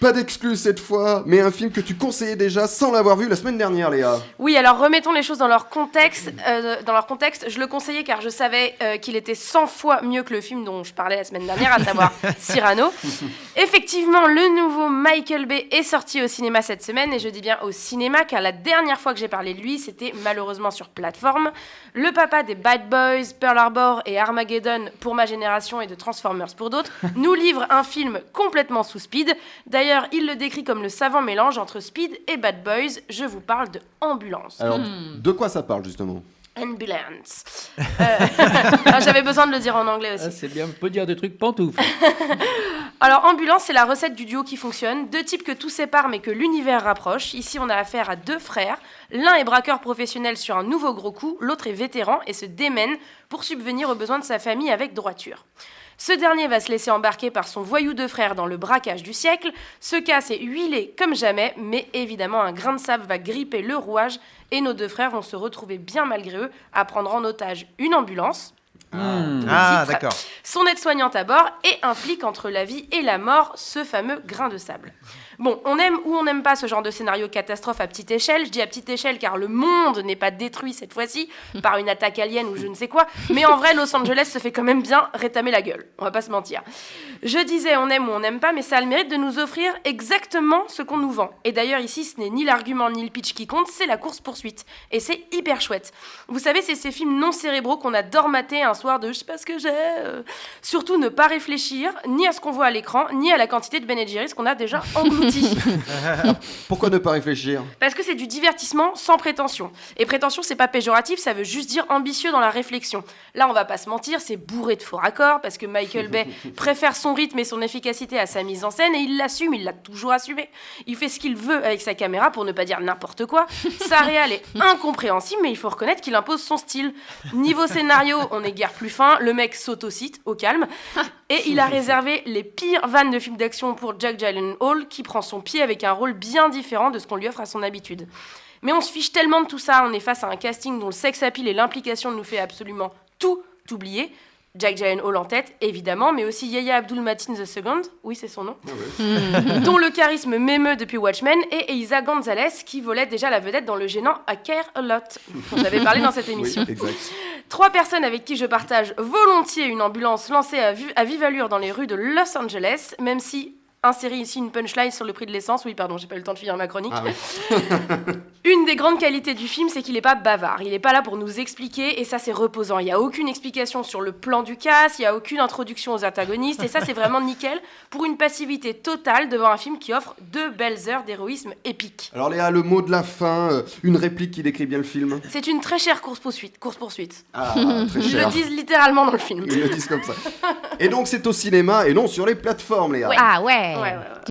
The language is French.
Pas d'exclus cette fois, mais un film que tu conseillais déjà sans l'avoir vu la semaine dernière, Léa. Oui, alors remettons les choses dans leur contexte. Je le conseillais car je savais qu'il était 100 fois mieux que le film dont je parlais la semaine dernière, à savoir Cyrano. Effectivement, le nouveau Michael Bay est sorti au cinéma cette semaine, et je dis bien au cinéma car la dernière fois que j'ai parlé de lui, c'était malheureusement sur plateforme. Le papa des Bad Boys, Pearl Harbor et Armageddon pour ma génération et de Transformers pour d'autres, nous livre un film complètement sous speed. D'ailleurs, il le décrit comme le savant mélange entre Speed et Bad Boys. Je vous parle de Ambulance. Alors, de quoi ça parle justement ? Ambulance. J'avais besoin de le dire en anglais aussi. C'est bien, on peut dire des trucs pantoufles. Alors, Ambulance, c'est la recette du duo qui fonctionne. Deux types que tout sépare mais que l'univers rapproche. Ici, on a affaire à deux frères. L'un est braqueur professionnel sur un nouveau gros coup. L'autre est vétéran et se démène pour subvenir aux besoins de sa famille avec droiture. Ce dernier va se laisser embarquer par son voyou de frère dans le braquage du siècle. Ce casse est huilé comme jamais, mais évidemment un grain de sable va gripper le rouage et nos deux frères vont se retrouver bien malgré eux à prendre en otage une ambulance. D'accord. Son aide-soignante à bord et un flic entre la vie et la mort, ce fameux grain de sable. Bon, on aime ou on n'aime pas ce genre de scénario catastrophe à petite échelle. Je dis à petite échelle car le monde n'est pas détruit cette fois-ci par une attaque alien ou je ne sais quoi. Mais en vrai, Los Angeles se fait quand même bien rétamer la gueule. On va pas se mentir. Je disais on aime ou on n'aime pas, mais ça a le mérite de nous offrir exactement ce qu'on nous vend. Et d'ailleurs ici, ce n'est ni l'argument ni le pitch qui compte, c'est la course-poursuite. Et c'est hyper chouette. Vous savez, c'est ces films non cérébraux qu'on adore mater un soir de je sais pas ce que j'ai. Surtout ne pas réfléchir ni à ce qu'on voit à l'écran, ni à la quantité de Ben & Jerry's qu'on a déjà englouti. Pourquoi ne pas réfléchir ? Parce que c'est du divertissement sans prétention. Et prétention, c'est pas péjoratif, ça veut juste dire ambitieux dans la réflexion. Là, on va pas se mentir, c'est bourré de faux raccords, parce que Michael Bay préfère son rythme et son efficacité à sa mise en scène, et il l'assume, il l'a toujours assumé. Il fait ce qu'il veut avec sa caméra, pour ne pas dire n'importe quoi. Sa réal est incompréhensible, mais il faut reconnaître qu'il impose son style. Niveau scénario, on n'est guère plus fin, le mec s'autocite, au calme, et il a réservé les pires vannes de films d'action pour Jake Gyllenhaal, qui prend son pied avec un rôle bien différent de ce qu'on lui offre à son habitude. Mais on se fiche tellement de tout ça, on est face à un casting dont le sex appeal et l'implication nous fait absolument tout oublier. Jake Gyllenhaal en tête, évidemment, mais aussi Yahya Abdul-Mateen II, oui c'est son nom, dont le charisme m'émeut depuis Watchmen, et Eiza Gonzalez, qui volait déjà la vedette dans le gênant I Care A Lot, dont j'avais parlé dans cette émission. Oui, exact. 3 personnes avec qui je partage volontiers une ambulance lancée à vive allure dans les rues de Los Angeles, même si... Insérer ici une punchline sur le prix de l'essence. Oui, pardon, j'ai pas eu le temps de finir ma chronique. Ah oui. Une des grandes qualités du film, c'est qu'il est pas bavard. Il est pas là pour nous expliquer, et ça, c'est reposant. Il y a aucune explication sur le plan du casse, il y a aucune introduction aux antagonistes, et ça, c'est vraiment nickel pour une passivité totale devant un film qui offre 2 belles heures d'héroïsme épique. Alors Léa, le mot de la fin, une réplique qui décrit bien le film. C'est une très chère course-poursuite. Ah, très Ils cher. le disent littéralement dans le film. Ils le disent comme ça. Et donc, c'est au cinéma et non sur les plateformes, Léa. Ouais. Ah ouais. Ouais.